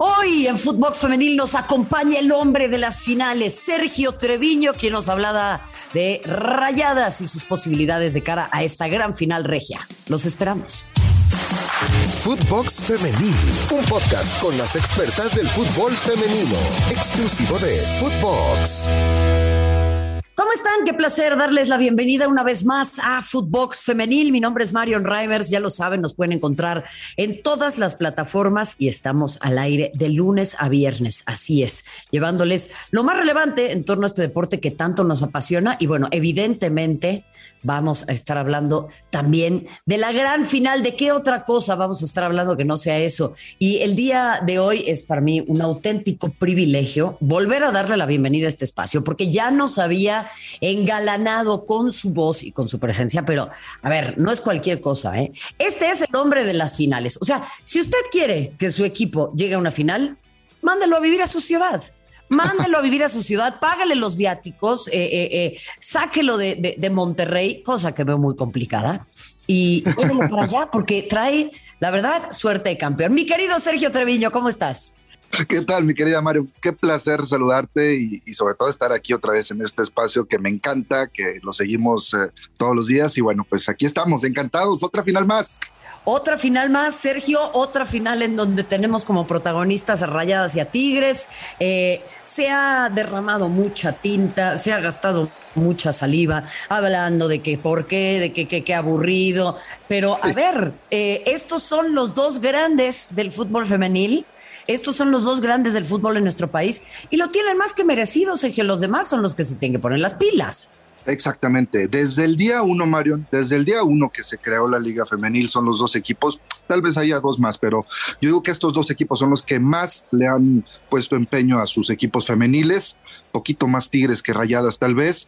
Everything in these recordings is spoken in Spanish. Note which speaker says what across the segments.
Speaker 1: Hoy en Footbox Femenil nos acompaña el hombre de las finales, Sergio Treviño, quien nos hablaba de Rayadas y sus posibilidades de cara a esta gran final regia. Los esperamos.
Speaker 2: Footbox Femenil, un podcast con las expertas del fútbol femenino, exclusivo de Footbox.
Speaker 1: ¿Cómo están? Qué placer darles la bienvenida una vez más a Footbox Femenil. Mi nombre es Marion Reimers, ya lo saben, nos pueden encontrar en todas las plataformas y estamos al aire de lunes a viernes, así es, llevándoles lo más relevante en torno a este deporte que tanto nos apasiona y bueno, evidentemente vamos a estar hablando también de la gran final. ¿De qué otra cosa vamos a estar hablando que no sea eso? Y el día de hoy es para mí un auténtico privilegio volver a darle la bienvenida a este espacio, porque ya nos había engalanado con su voz y con su presencia, pero a ver, no es cualquier cosa, ¿eh? Este es el hombre de las finales. O sea, si usted quiere que su equipo llegue a una final, mándelo a vivir a su ciudad. Mándelo a vivir a su ciudad, págale los viáticos, sáquelo de Monterrey, cosa que veo muy complicada, y llévelo para allá porque trae, la verdad, suerte de campeón. Mi querido Sergio Treviño, ¿cómo estás?
Speaker 3: ¿Qué tal, mi querida Mario? Qué placer saludarte y sobre todo estar aquí otra vez en este espacio que me encanta, que lo seguimos todos los días y bueno, pues aquí estamos, encantados, otra final más.
Speaker 1: Otra final más, Sergio, otra final en donde tenemos como protagonistas a Rayadas y a Tigres. Se ha derramado mucha tinta, se ha gastado mucha saliva, hablando de que por qué, de que qué aburrido, pero sí. A ver, estos son los dos grandes del fútbol femenil. Estos son los dos grandes del fútbol en nuestro país y lo tienen más que merecido, Sergio. Los demás son los que se tienen que poner las pilas.
Speaker 3: Exactamente. Desde el día 1, Marion, desde el día 1 que se creó la Liga Femenil son los dos equipos, tal vez haya dos más, pero yo digo que estos dos equipos son los que más le han puesto empeño a sus equipos femeniles, poquito más Tigres que Rayadas tal vez,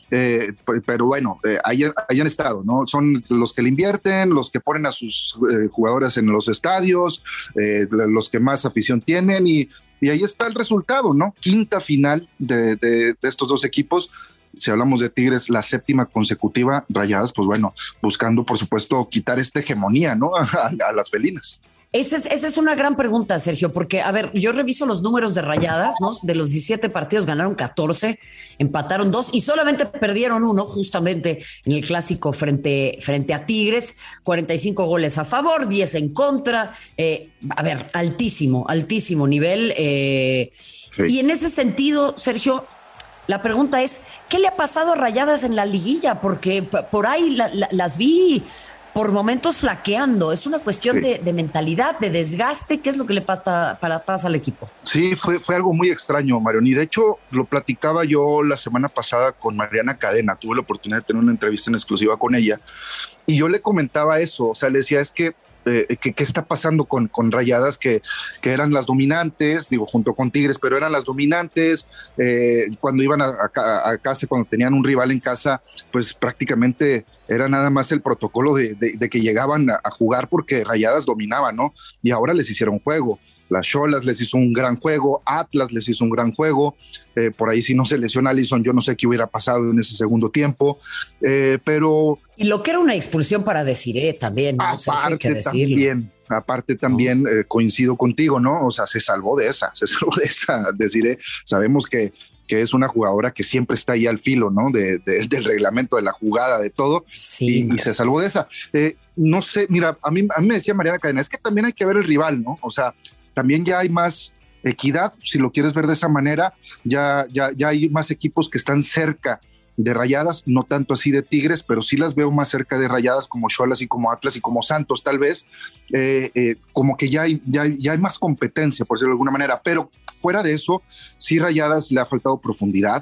Speaker 3: pero bueno, ahí han estado, ¿no? Son los que le invierten, los que ponen a sus jugadoras en los estadios, los que más afición tienen y ahí está el resultado, ¿no? Quinta final de estos dos equipos. Si hablamos de Tigres, la séptima consecutiva, Rayadas, pues bueno, buscando por supuesto quitar esta hegemonía, ¿no? a las felinas.
Speaker 1: Esa es una gran pregunta, Sergio, porque, a ver, yo reviso los números de Rayadas, ¿no? De los 17 partidos ganaron 14, empataron 2 y solamente perdieron 1 justamente en el clásico frente a Tigres, 45 goles a favor, 10 en contra, a ver, altísimo nivel. Sí. Y en ese sentido, Sergio, la pregunta es, ¿qué le ha pasado a Rayadas en la liguilla? Porque por ahí las vi por momentos flaqueando. Es una cuestión sí. de mentalidad, de desgaste. ¿Qué es lo que le pasa al equipo?
Speaker 3: Sí, fue algo muy extraño, Marion. Y de hecho, lo platicaba yo la semana pasada con Mariana Cadena. Tuve la oportunidad de tener una entrevista en exclusiva con ella. Y yo le comentaba eso. O sea, le decía, es que ¿qué está pasando con Rayadas que eran las dominantes, digo, junto con Tigres, pero eran las dominantes, cuando iban a casa, cuando tenían un rival en casa, pues prácticamente era nada más el protocolo de que llegaban a jugar porque Rayadas dominaban, ¿no? Y ahora les hicieron juego. Las Xolas les hizo un gran juego, Atlas les hizo un gran juego, por ahí si no se lesiona Allison, yo no sé qué hubiera pasado en ese segundo tiempo, pero...
Speaker 1: Y lo que era una expulsión para Desiree también, ¿no?
Speaker 3: Aparte también coincido contigo, ¿no? O sea, se salvó de esa Desiree. Sabemos que es una jugadora que siempre está ahí al filo, ¿no? Del reglamento, de la jugada, de todo, sí. y se salvó de esa. No sé, mira, a mí me decía Mariana Cadena, es que también hay que ver el rival, ¿no? O sea, también ya hay más equidad, si lo quieres ver de esa manera, ya hay más equipos que están cerca de Rayadas, no tanto así de Tigres, pero sí las veo más cerca de Rayadas como Xolas y como Atlas y como Santos tal vez, como que ya hay más competencia, por decirlo de alguna manera, pero fuera de eso, sí Rayadas le ha faltado profundidad.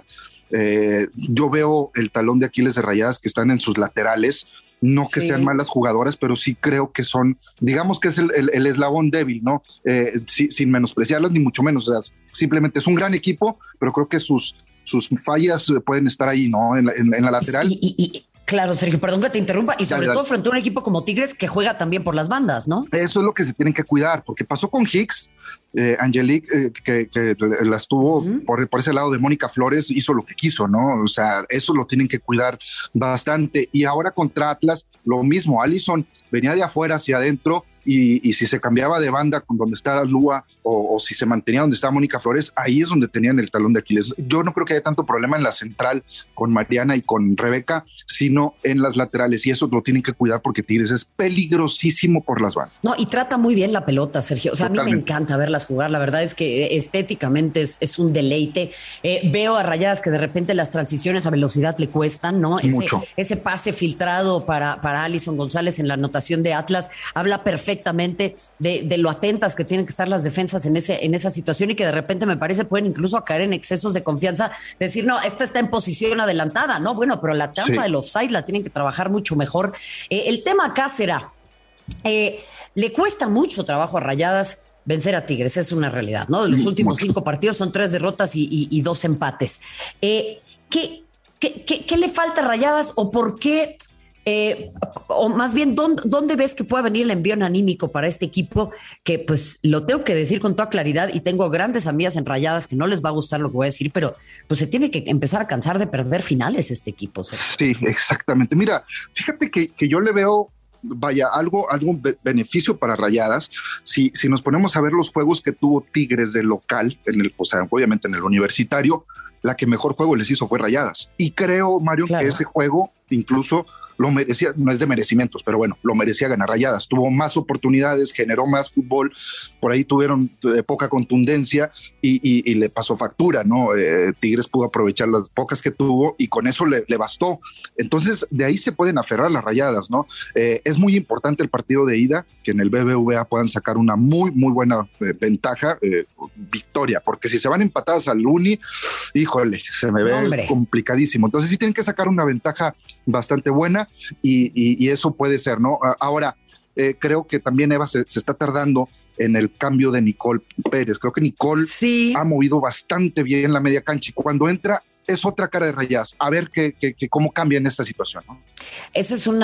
Speaker 3: Yo veo el talón de Aquiles de Rayadas que están en sus laterales, no que sean malas jugadoras, pero sí creo que son, digamos que es el eslabón débil, ¿no? Sin menospreciarlas ni mucho menos, o sea, simplemente es un gran equipo, pero creo que sus fallas pueden estar ahí, ¿no? En la lateral.
Speaker 1: Y claro, Sergio, perdón que te interrumpa, y sobre todo frente a un equipo como Tigres que juega también por las bandas, ¿no?
Speaker 3: Eso es lo que se tienen que cuidar, porque pasó con Hicks, Angelique, que las tuvo por ese lado de Mónica Flores, hizo lo que quiso, ¿no? O sea, eso lo tienen que cuidar bastante. Y ahora contra Atlas, lo mismo. Allison venía de afuera hacia adentro y si se cambiaba de banda con donde estaba Lua o si se mantenía donde estaba Mónica Flores, ahí es donde tenían el talón de Aquiles. Yo no creo que haya tanto problema en la central con Mariana y con Rebeca, sino en las laterales, y eso lo tienen que cuidar porque Tigres es peligrosísimo por las bandas.
Speaker 1: No, y trata muy bien la pelota, Sergio. O sea, totalmente. A mí me encanta verlas jugar. La verdad es que estéticamente es un deleite. Veo a Rayadas que de repente las transiciones a velocidad le cuestan, ¿no? Ese pase filtrado para Allison González en la anotación de Atlas habla perfectamente de lo atentas que tienen que estar las defensas en esa situación, y que de repente me parece pueden incluso caer en excesos de confianza, decir, no, esta está en posición adelantada, ¿no? Bueno, pero la trampa del offside la tienen que trabajar mucho mejor. El tema acá será, le cuesta mucho trabajo a Rayadas vencer a Tigres, es una realidad, ¿no? De los últimos 5 partidos son 3 derrotas y 2 empates. ¿Qué le falta a Rayadas, o por qué? O más bien, ¿dónde ves que pueda venir el envión anímico para este equipo? Que pues lo tengo que decir con toda claridad, y tengo grandes amigas en Rayadas que no les va a gustar lo que voy a decir, pero pues se tiene que empezar a cansar de perder finales este equipo.
Speaker 3: Sí, exactamente. Mira, fíjate que yo le veo algún beneficio para Rayadas. Si nos ponemos a ver los juegos que tuvo Tigres de local, obviamente en el universitario, la que mejor juego les hizo fue Rayadas. Y creo, Mario, que ese juego incluso lo merecía, no es de merecimientos, pero bueno, lo merecía ganar Rayadas. Tuvo más oportunidades, generó más fútbol, por ahí tuvieron poca contundencia y le pasó factura, ¿no? Tigres pudo aprovechar las pocas que tuvo y con eso le bastó. Entonces, de ahí se pueden aferrar las Rayadas, ¿no? Es muy importante el partido de ida, que en el BBVA puedan sacar una muy, muy buena ventaja, victoria, porque si se van empatadas al Uni, híjole, se me ve complicadísimo. Entonces, sí tienen que sacar una ventaja bastante buena. Y eso puede ser, ¿no? Ahora, creo que también Eva se está tardando en el cambio de Nicole Pérez. Creo que Nicole ha movido bastante bien la media cancha, y cuando entra es otra cara de Rayadas. A ver cómo cambia en esta situación, ¿no?
Speaker 1: Ese es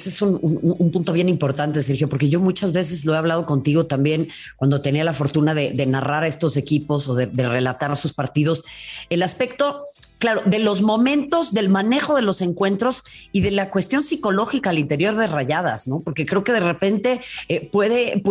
Speaker 1: un punto bien importante, Sergio, porque yo muchas veces lo he hablado contigo también cuando tenía la fortuna de narrar a estos equipos o de relatar a sus partidos. El aspecto, claro, de los momentos, del manejo de los encuentros y de la cuestión psicológica al interior de Rayadas, ¿no? Porque creo que de repente puede,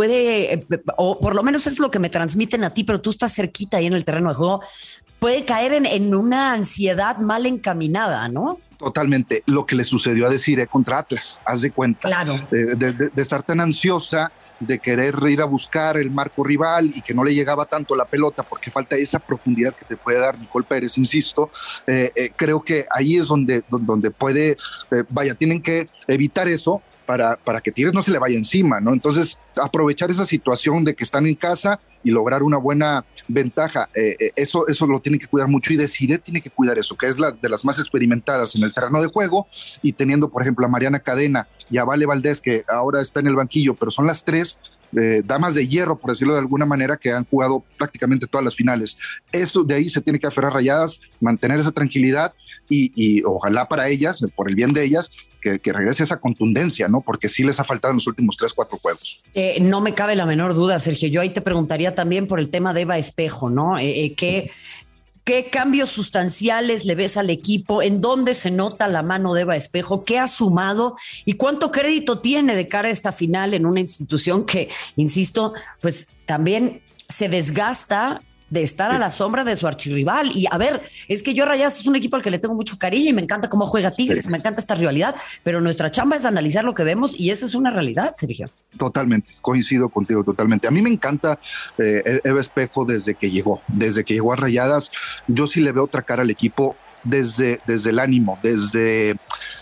Speaker 1: o por lo menos es lo que me transmiten a ti, pero tú estás cerquita ahí en el terreno de juego, puede caer en una ansiedad mal encaminada, ¿no?
Speaker 3: Totalmente. Lo que le sucedió a Desiree contra Atlas, haz de cuenta.
Speaker 1: Claro.
Speaker 3: De estar tan ansiosa, de querer ir a buscar el marco rival y que no le llegaba tanto la pelota porque falta esa profundidad que te puede dar Nicole Pérez, insisto. Creo que ahí es donde puede, tienen que evitar eso para que Tigres no se le vaya encima, ¿no? Entonces, aprovechar esa situación de que están en casa y lograr una buena ventaja, eso lo tienen que cuidar mucho, y Desiree tiene que cuidar eso, que es de las más experimentadas en el terreno de juego, y teniendo, por ejemplo, a Mariana Cadena y a Vale Valdés, que ahora está en el banquillo, pero son las 3 damas de hierro, por decirlo de alguna manera, que han jugado prácticamente todas las finales. Eso de ahí se tiene que aferrar Rayadas, mantener esa tranquilidad y ojalá para ellas, por el bien de ellas, que regrese esa contundencia, ¿no? Porque sí les ha faltado en los últimos 3-4 juegos.
Speaker 1: No me cabe la menor duda, Sergio. Yo ahí te preguntaría también por el tema de Eva Espejo, ¿no? ¿Qué cambios sustanciales le ves al equipo? ¿En dónde se nota la mano de Eva Espejo? ¿Qué ha sumado? ¿Y cuánto crédito tiene de cara a esta final en una institución que, insisto, pues también se desgasta de estar a la sombra de su archirrival? Y a ver, es que yo Rayadas es un equipo al que le tengo mucho cariño y me encanta cómo juega Tigres, me encanta esta rivalidad, pero nuestra chamba es analizar lo que vemos, y esa es una realidad, Sergio. Totalmente,
Speaker 3: coincido contigo totalmente. A mí me encanta Eva Espejo desde que llegó a Rayadas. Yo sí le veo otra cara al equipo desde el ánimo, desde...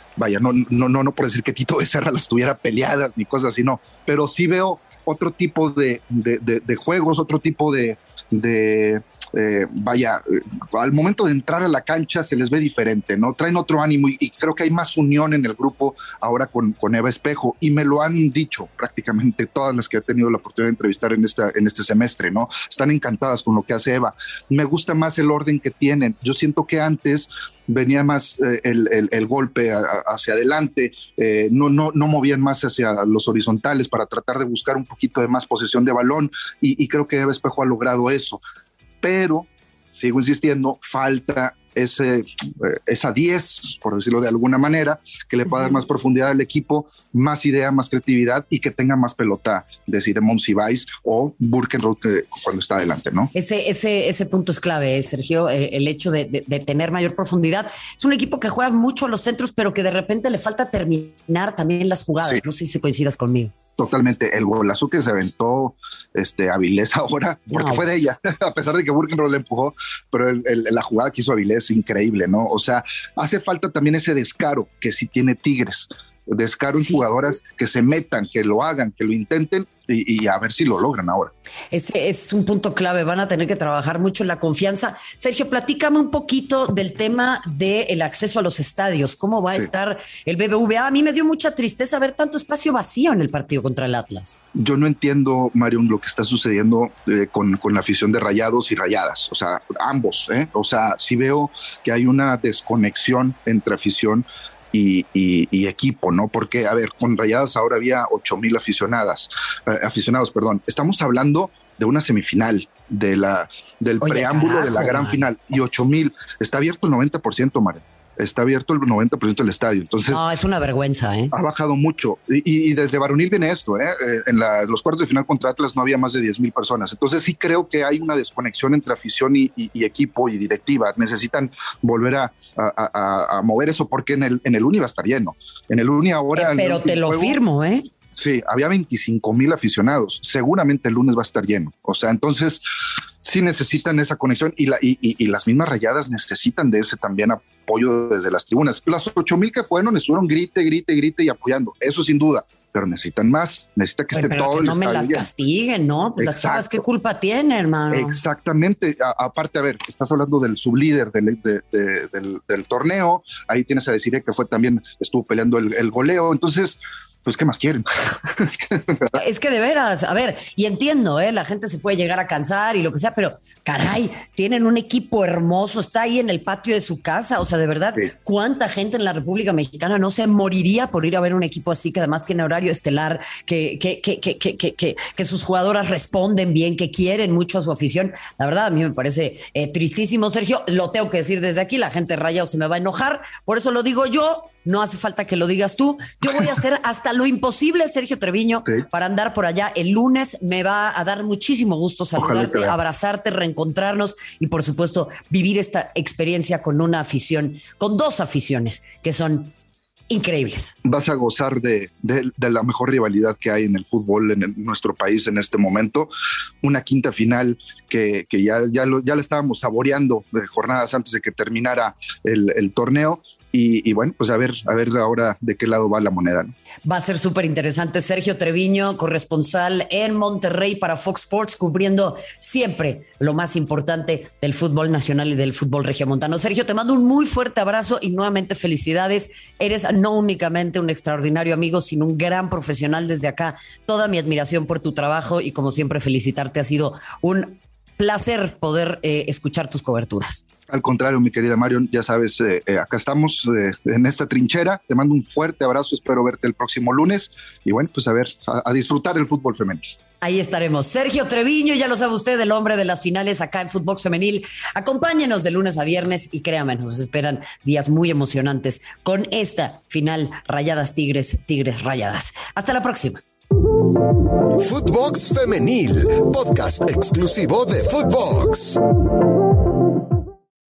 Speaker 3: no por decir que Tito Becerra las tuviera peleadas ni cosas así, no, pero sí veo otro tipo de juegos, otro tipo al momento de entrar a la cancha se les ve diferente, ¿no? Traen otro ánimo y creo que hay más unión en el grupo ahora con Eva Espejo, y me lo han dicho prácticamente todas las que he tenido la oportunidad de entrevistar en este semestre, ¿no? Están encantadas con lo que hace Eva. Me gusta más el orden que tienen. Yo siento que antes venía más el golpe hacia adelante, no movían más hacia los horizontales para tratar de buscar un poquito de más posesión de balón, y creo que Eva Espejo ha logrado eso, pero sigo insistiendo, falta esa 10, por decirlo de alguna manera, que le pueda dar más profundidad al equipo, más idea, más creatividad, y que tenga más pelota, decir Monsiváis o Burkenroth cuando está adelante, ¿no?
Speaker 1: Ese punto es clave, Sergio, el hecho de tener mayor profundidad. Es un equipo que juega mucho a los centros, pero que de repente le falta terminar también las jugadas. Sí. No sé si coincidas conmigo.
Speaker 3: Totalmente, el golazo que se aventó Avilés ahora, porque fue de ella, a pesar de que Burkenroth le empujó, pero la jugada que hizo Avilés, increíble, ¿no? O sea, hace falta también ese descaro que sí tiene Tigres, descaro en jugadoras que se metan, que lo hagan, que lo intenten, y a ver si lo logran ahora.
Speaker 1: Ese es un punto clave, van a tener que trabajar mucho en la confianza. Sergio, platícame un poquito del tema del acceso a los estadios, cómo va a estar el BBVA. A mí me dio mucha tristeza ver tanto espacio vacío en el partido contra el Atlas.
Speaker 3: Yo no entiendo, Marion, lo que está sucediendo con la afición de Rayados y Rayadas, o sea, ambos, o sea, sí veo que hay una desconexión entre afición y equipo, ¿no? Porque, a ver, con Rayadas ahora había 8,000 aficionados, Estamos hablando de una semifinal, del preámbulo de la gran final, y 8,000. Está abierto el 90%, Mario. Está abierto el 90% del estadio. Entonces,
Speaker 1: no, es una vergüenza, Ha
Speaker 3: bajado mucho. Y desde varonil viene esto, En los cuartos de final contra Atlas no había más de 10,000 personas. Entonces sí creo que hay una desconexión entre afición y equipo y directiva. Necesitan volver a mover eso, porque en el Uni va a estar lleno. En el Uni ahora...
Speaker 1: pero te lo firmo,
Speaker 3: Sí, había 25,000 aficionados. Seguramente el lunes va a estar lleno. O sea, entonces sí necesitan esa conexión, y las mismas Rayadas necesitan de ese también apoyo desde las tribunas. Las 8,000 que fueron estuvieron grite y apoyando. Eso sin duda. Pero necesitan más, necesita que esté todo el estadio.
Speaker 1: No me las castiguen, ¿no? Pues las chavas, ¿qué culpa tienen, hermano?
Speaker 3: Exactamente. Aparte, a ver, estás hablando del sublíder del torneo. Ahí tienes a Desiree, que estuvo peleando el goleo. Entonces, pues, ¿qué más quieren?
Speaker 1: Es que de veras, a ver, y entiendo, la gente se puede llegar a cansar y lo que sea, pero caray, tienen un equipo hermoso, está ahí en el patio de su casa. O sea, de verdad, ¿cuánta gente en la República Mexicana no se moriría por ir a ver un equipo así, que además tiene horario estelar, que sus jugadoras responden bien, que quieren mucho a su afición? La verdad, a mí me parece tristísimo, Sergio. Lo tengo que decir desde aquí, la gente de Rayados se me va a enojar, por eso lo digo yo. No hace falta que lo digas tú. Yo voy a hacer hasta lo imposible, Sergio Treviño, para andar por allá el lunes. Me va a dar muchísimo gusto saludarte, abrazarte, reencontrarnos y, por supuesto, vivir esta experiencia con una afición, con dos aficiones que son increíbles.
Speaker 3: Vas a gozar de la mejor rivalidad que hay en el fútbol en nuestro país en este momento. Una quinta final que ya la estábamos saboreando jornadas antes de que terminara el torneo. Y bueno, pues a ver ahora de qué lado va la moneda, ¿no?
Speaker 1: Va a ser súper interesante. Sergio Treviño, corresponsal en Monterrey para Fox Sports, cubriendo siempre lo más importante del fútbol nacional y del fútbol regiomontano. Sergio, te mando un muy fuerte abrazo y nuevamente felicidades. Eres no únicamente un extraordinario amigo, sino un gran profesional. Desde acá, toda mi admiración por tu trabajo y, como siempre, felicitarte. Ha sido un placer poder escuchar tus coberturas.
Speaker 3: Al contrario, mi querida Marion, ya sabes, acá estamos en esta trinchera. Te mando un fuerte abrazo, espero verte el próximo lunes y bueno, pues a disfrutar el fútbol femenil.
Speaker 1: Ahí estaremos. Sergio Treviño, ya lo sabe usted, el hombre de las finales acá en Footbox Femenil. Acompáñenos de lunes a viernes y créame, nos esperan días muy emocionantes con esta final Rayadas Tigres, Tigres Rayadas. Hasta la próxima.
Speaker 2: Footbox Femenil, podcast exclusivo de Footbox.